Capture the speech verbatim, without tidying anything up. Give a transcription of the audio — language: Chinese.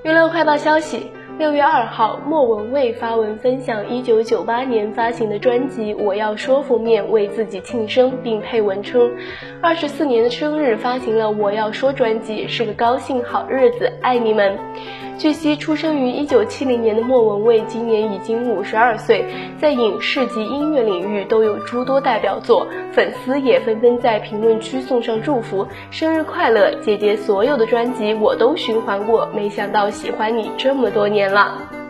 娱乐快报消息，六月二号，莫文蔚发文分享一九九八年发行的专辑《我要说》封面为自己庆生，并配文称二十四年的生日发行了《我要说》专辑，是个高兴好日子，爱你们。据悉，出生于一九七零年的莫文蔚今年已经五十二岁，在影视及音乐领域都有诸多代表作，粉丝也纷纷在评论区送上祝福，生日快乐，姐姐所有的专辑我都循环过，没想到喜欢你这么多年了。